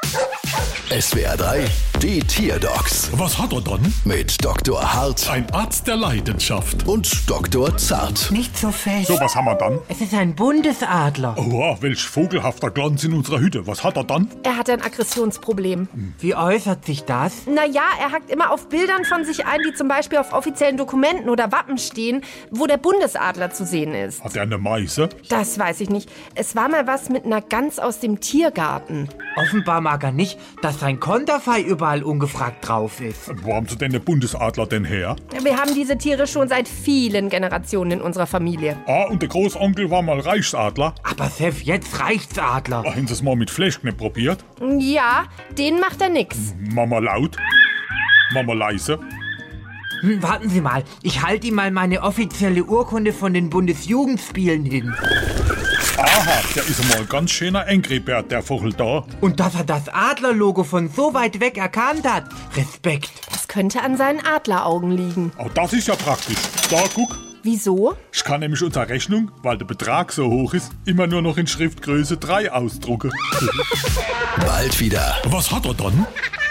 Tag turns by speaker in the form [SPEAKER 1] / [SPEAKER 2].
[SPEAKER 1] SWR 3, die Tierdocs
[SPEAKER 2] Was hat er dann?
[SPEAKER 1] mit Dr. Hart
[SPEAKER 2] Ein Arzt der Leidenschaft.
[SPEAKER 1] und Dr. Zart.
[SPEAKER 3] Nicht so fest.
[SPEAKER 2] So, was haben wir dann?
[SPEAKER 3] Es ist ein Bundesadler.
[SPEAKER 2] Oha, welch vogelhafter Glanz in unserer Hütte. Was hat er dann?
[SPEAKER 4] Er hat ein Aggressionsproblem.
[SPEAKER 3] Wie äußert sich das?
[SPEAKER 4] Naja, er hackt immer auf Bildern von sich ein, die zum Beispiel auf offiziellen Dokumenten oder Wappen stehen, wo der Bundesadler zu sehen ist.
[SPEAKER 2] Hat er eine Meise?
[SPEAKER 4] Das weiß ich nicht. Es war mal was mit einer Gans aus dem Tiergarten.
[SPEAKER 3] Offenbar mag er nicht, dass sein Konterfei überall ungefragt drauf ist.
[SPEAKER 2] Wo haben sie denn den Bundesadler denn her?
[SPEAKER 4] Wir haben diese Tiere schon seit vielen Generationen in unserer Familie.
[SPEAKER 2] Ah, und der Großonkel war mal Reichsadler.
[SPEAKER 3] Aber Sef, jetzt reicht's, Adler.
[SPEAKER 2] Haben sie es mal mit Fleischknepp probiert?
[SPEAKER 4] Ja, denen macht er nix.
[SPEAKER 2] Mama laut, Mama leise.
[SPEAKER 3] Warten Sie mal, ich halte ihm mal meine offizielle Urkunde von den Bundesjugendspielen hin.
[SPEAKER 2] Aha, der ist einmal ein ganz schöner Angry Bird, der Vogel da.
[SPEAKER 3] Und dass er das Adlerlogo von so weit weg erkannt hat. Respekt.
[SPEAKER 4] Das könnte an seinen Adleraugen liegen.
[SPEAKER 2] Oh, das ist ja praktisch. Da, guck.
[SPEAKER 4] Wieso?
[SPEAKER 2] Ich kann nämlich unsere Rechnung, weil der Betrag so hoch ist, immer nur noch in Schriftgröße 3 ausdrucken.
[SPEAKER 1] Bald wieder.
[SPEAKER 2] Was hat er dann?